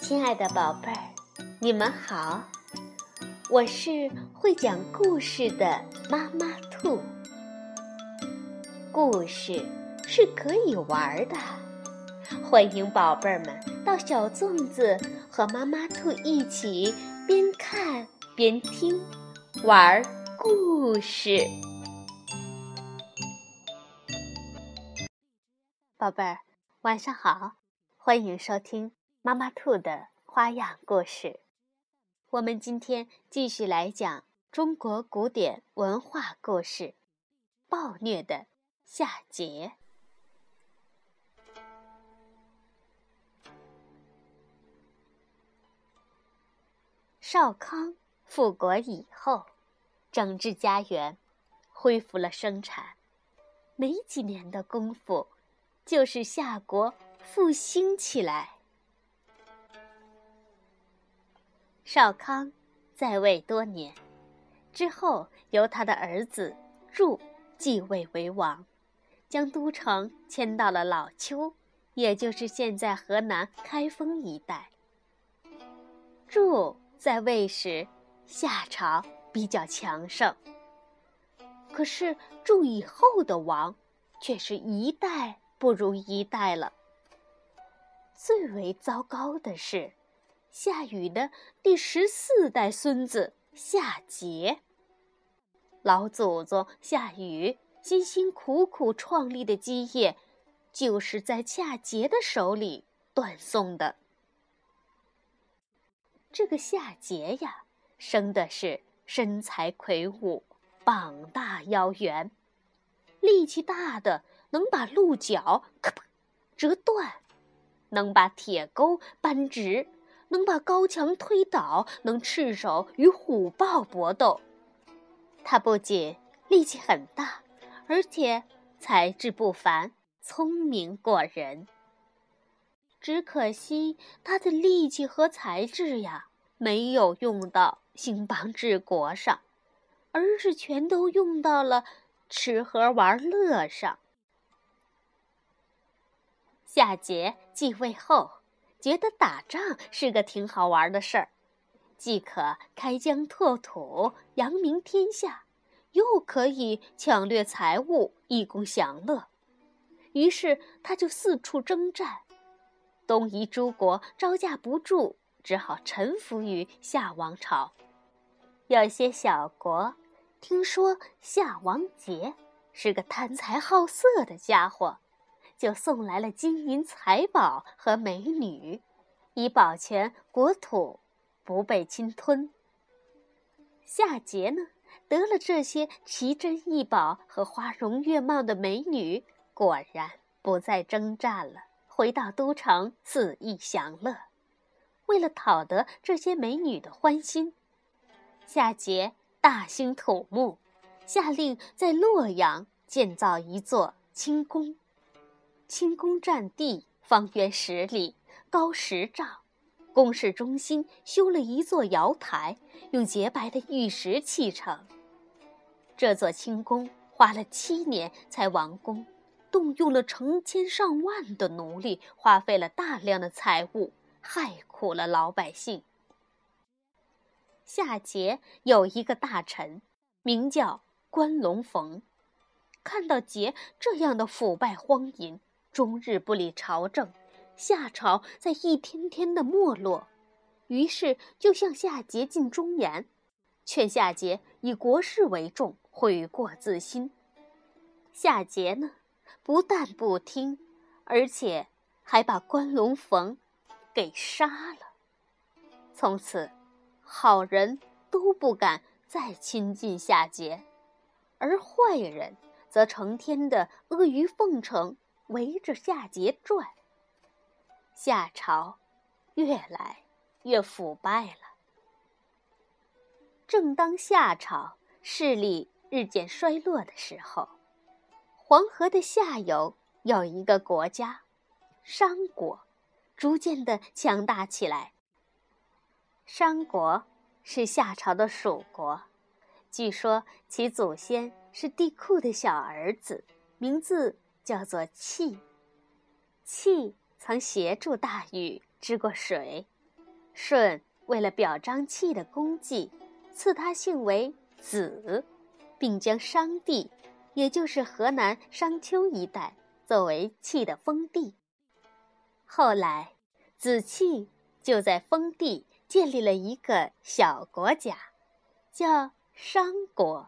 亲爱的宝贝儿，你们好，我是会讲故事的妈妈兔。故事是可以玩的，欢迎宝贝儿们到小粽子和妈妈兔一起边看边听，玩故事。宝贝儿，晚上好，欢迎收听妈妈兔的花样故事。我们今天继续来讲中国古典文化故事《暴虐的夏桀》。少康复国以后，整治家园，恢复了生产，没几年的功夫，就使夏国复兴起来。少康在位多年，之后由他的儿子祝继位为王，将都城迁到了老丘，也就是现在河南开封一带。祝在位时，夏朝比较强盛，可是祝以后的王却是一代不如一代了。最为糟糕的是，夏禹的第14代孙子夏桀。老祖宗夏禹辛辛苦苦创立的基业，就是在夏桀的手里断送的。这个夏桀呀，生的是身材魁梧，膀大腰圆，力气大的能把鹿角咔啪折断，能把铁钩扳直，能把高墙推倒，能赤手与虎豹搏斗。他不仅力气很大，而且才智不凡，聪明过人。只可惜他的力气和才智呀，没有用到兴邦治国上，而是全都用到了吃喝玩乐上。夏桀继位后，觉得打仗是个挺好玩的事儿，既可开疆拓土，扬名天下，又可以抢掠财物，以供享乐。于是他就四处征战，东夷诸国招架不住，只好臣服于夏王朝。有些小国听说夏王桀是个贪财好色的家伙，就送来了金银财宝和美女，以保全国土不被侵吞。夏桀呢，得了这些奇珍异宝和花容月貌的美女，果然不再征战了，回到都城肆意享乐。为了讨得这些美女的欢心，夏桀大兴土木，下令在洛阳建造一座清宫。清宫占地方圆10里，高10丈，宫室中心修了一座瑶台，用洁白的玉石砌成。这座清宫花了7年才完工，动用了成千上万的奴隶，花费了大量的财物，害苦了老百姓。夏桀有一个大臣，名叫关龙逢，看到桀这样的腐败荒淫，终日不理朝政，夏朝在一天天的没落，于是就向夏桀进忠言，劝夏桀以国事为重，悔过自新。夏桀呢，不但不听，而且还把关龙逢给杀了。从此好人都不敢再亲近夏桀，而坏人则成天的阿谀奉承，围着夏桀转。夏朝越来越腐败了。正当夏朝势力日渐衰落的时候，黄河的下游有一个国家商国，逐渐地强大起来。商国是夏朝的属国，据说其祖先是帝喾的小儿子，名字叫做契。契曾协助大禹治过水， 舜为了表彰契的功绩，赐他姓为子，并将商地，也就是河南商丘一带，作为契的封地。后来，子契就在封地建立了一个小国家，叫商国。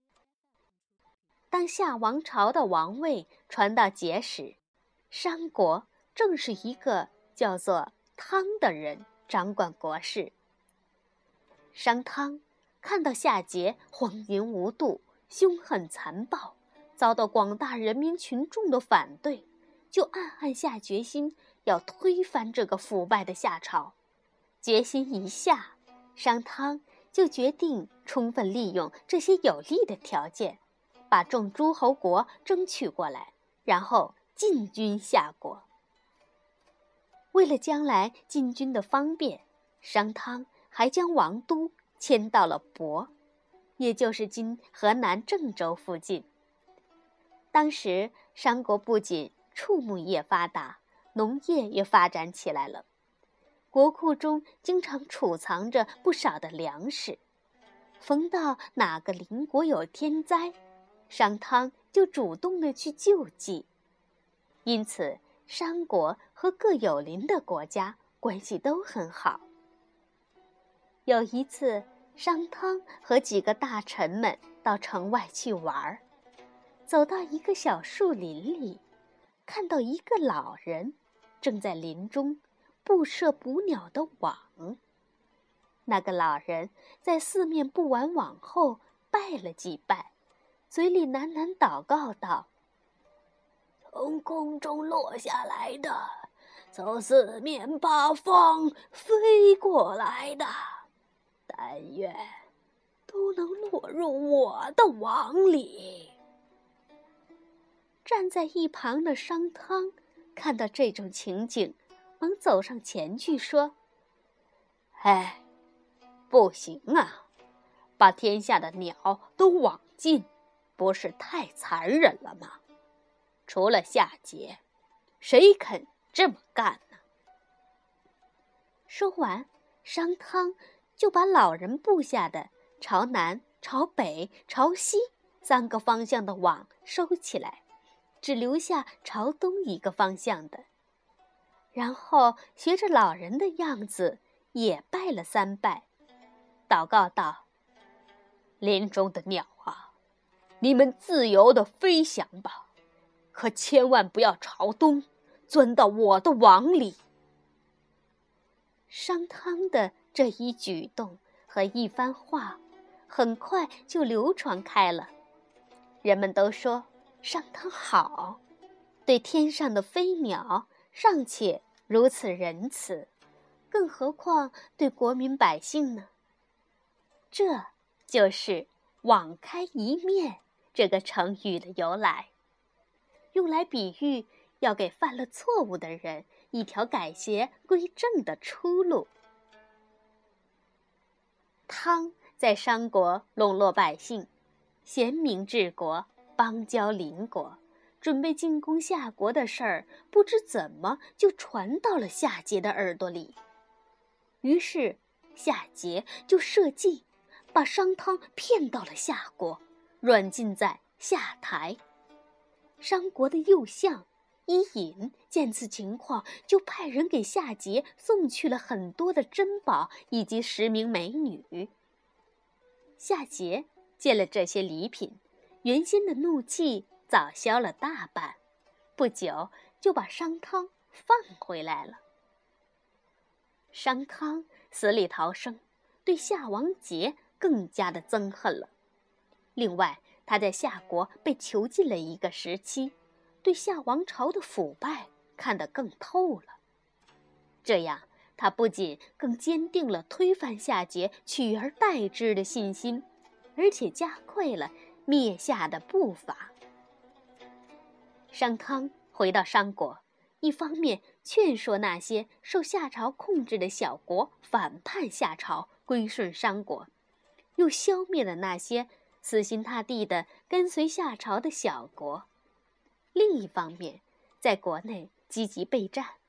当夏王朝的王位传到桀时，商国正是一个叫做汤的人掌管国事。商汤看到夏桀荒淫无度、凶狠残暴，遭到广大人民群众的反对，就暗暗下决心要推翻这个腐败的夏朝。决心一下，商汤就决定充分利用这些有利的条件，把众诸侯国争取过来，然后进军夏国。为了将来进军的方便，商汤还将王都迁到了亳，也就是今河南郑州附近。当时商国不仅畜牧业发达，农业也发展起来了，国库中经常储藏着不少的粮食。逢到哪个邻国有天灾，商汤就主动地去救济。因此商国和各有邻的国家关系都很好。有一次，商汤和几个大臣们到城外去玩，走到一个小树林里，看到一个老人正在林中布设捕鸟的网。那个老人在四面布完网后拜了几拜，嘴里喃喃祷告道：从空中落下来的，从四面八方飞过来的，但愿都能落入我的网里。站在一旁的商汤看到这种情景，忙走上前去说：哎，不行啊，把天下的鸟都网尽，不是太残忍了吗？除了夏桀，谁肯这么干呢？说完，商汤就把老人布下的朝南、朝北、朝西3个方向的网收起来，只留下朝东一个方向的。然后学着老人的样子，也拜了3拜，祷告道：林中的鸟啊，你们自由地飞翔吧，可千万不要朝东，钻到我的网里。商汤的这一举动和一番话，很快就流传开了。人们都说商汤好，对天上的飞鸟尚且如此仁慈，更何况对国民百姓呢？这就是网开一面这个成语的由来，用来比喻要给犯了错误的人一条改邪归正的出路。汤在商国笼络百姓，贤明治国，邦交邻国，准备进攻夏国的事儿，不知怎么就传到了夏桀的耳朵里。于是夏桀就设计把商汤骗到了夏国，软禁在夏台。商国的右相伊尹见此情况，就派人给夏桀送去了很多的珍宝以及10名美女。夏桀见了这些礼品，原先的怒气早消了大半，不久就把商汤放回来了。商汤死里逃生，对夏王桀更加的憎恨了。另外，他在夏国被囚禁了一个时期，对夏王朝的腐败看得更透了。这样，他不仅更坚定了推翻夏桀取而代之的信心，而且加快了灭夏的步伐。商汤回到商国，一方面劝说那些受夏朝控制的小国反叛夏朝，归顺商国，又消灭了那些死心塌地地跟随夏朝的小国。另一方面，在国内积极备战，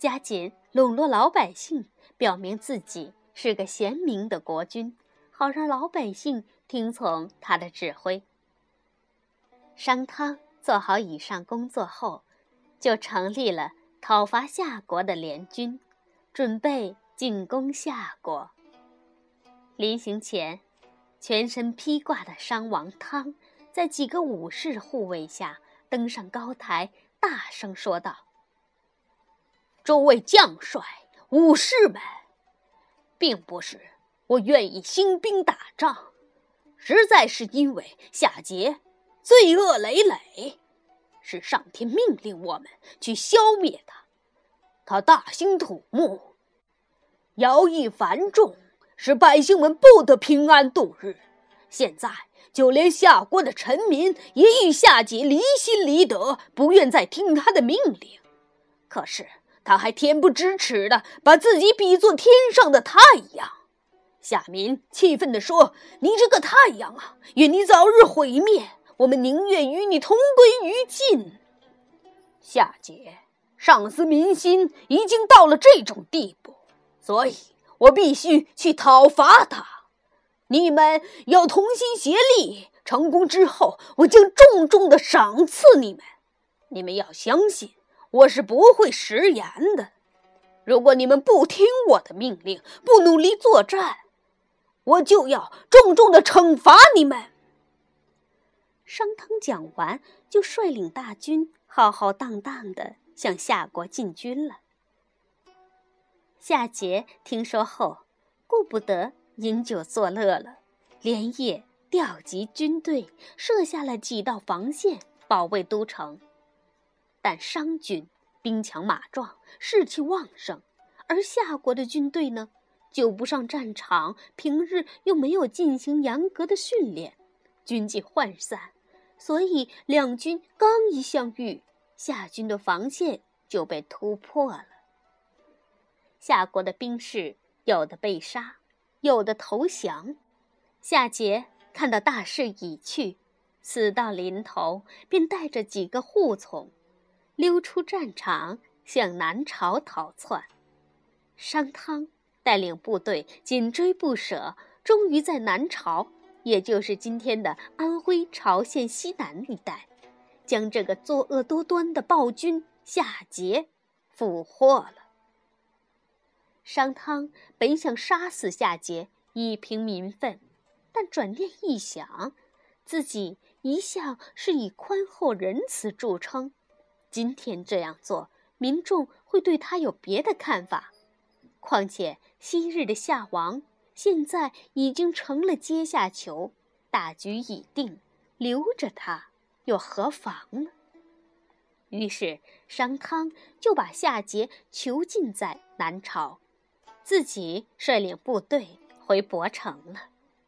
加紧笼络老百姓，表明自己是个贤明的国君，好让老百姓听从他的指挥。商汤做好以上工作后，就成立了讨伐夏国的联军，准备进攻夏国。临行前，全身披挂的商王汤在几个武士护卫下登上高台，大声说道：诸位将帅、武士们，并不是我愿意兴兵打仗，实在是因为夏桀罪恶累累，是上天命令我们去消灭他。他大兴土木，徭役繁重，使百姓们不得平安度日。现在就连夏国的臣民也与夏桀离心离德，不愿再听他的命令。可是他还恬不知耻地把自己比作天上的太阳。夏民气愤地说：你这个太阳啊，愿你早日毁灭，我们宁愿与你同归于尽。夏桀上思民心已经到了这种地步，所以我必须去讨伐他。你们要同心协力，成功之后我将重重地赏赐你们。你们要相信我是不会食言的。如果你们不听我的命令，不努力作战，我就要重重地惩罚你们。商汤讲完，就率领大军浩浩荡荡地向夏国进军了。夏桀听说后，顾不得饮酒作乐了，连夜调集军队，设下了几道防线，保卫都城。但商军兵强马壮，士气旺盛，而夏国的军队呢，就不上战场，平日又没有进行严格的训练，军纪涣散，所以两军刚一相遇，夏军的防线就被突破了。夏国的兵士有的被杀，有的投降。夏桀看到大势已去，死到临头，便带着几个护从溜出战场，向南朝逃窜。商汤带领部队紧追不舍，终于在南朝，也就是今天的安徽巢县西南一带，将这个作恶多端的暴君夏桀俘获了。商汤本想杀死夏桀以平民愤，但转念一想，自己一向是以宽厚仁慈著称，今天这样做，民众会对他有别的看法。况且昔日的夏王现在已经成了阶下囚，大局已定，留着他又何妨呢？于是商汤就把夏桀囚禁在南朝，自己率领部队回亳城了。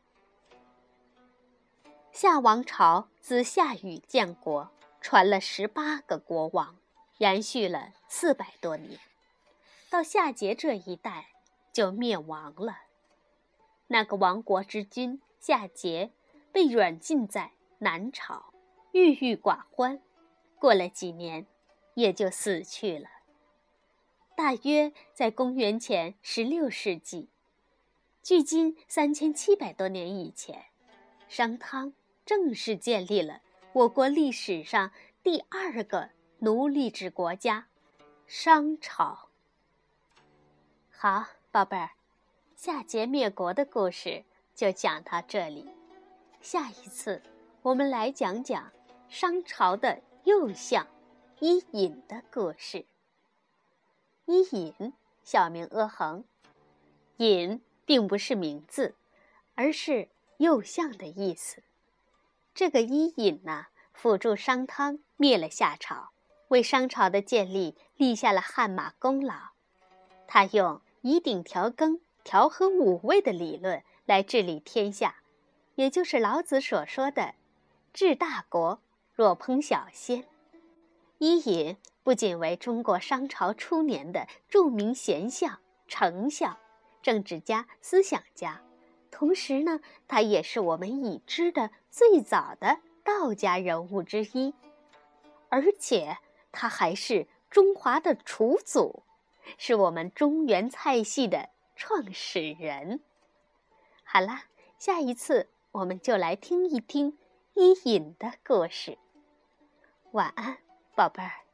夏王朝自夏禹建国，传了18个国王，延续了400多年，到夏桀这一代就灭亡了。那个亡国之君夏桀被软禁在南朝，郁郁寡欢，过了几年也就死去了。大约在公元前16世纪，距今3700多年以前，商汤正式建立了我国历史上第2个奴隶制国家商朝。好，宝贝儿，夏桀灭国的故事就讲到这里。下一次我们来讲讲商朝的右相伊尹的故事。伊尹小名阿衡，尹并不是名字，而是右相的意思。这个伊尹呢，辅助商汤灭了夏朝，为商朝的建立立下了汗马功劳。他用以鼎调羹、调和五味的理论来治理天下，也就是老子所说的治大国若烹小鲜。伊尹不仅为中国商朝初年的著名贤相、丞相、政治家、思想家，同时呢，他也是我们已知的最早的道家人物之一，而且他还是中华的楚祖， 是我们中原菜系的创始人。好啦，下一次我们就来听一听伊尹的故事。晚安，宝贝儿。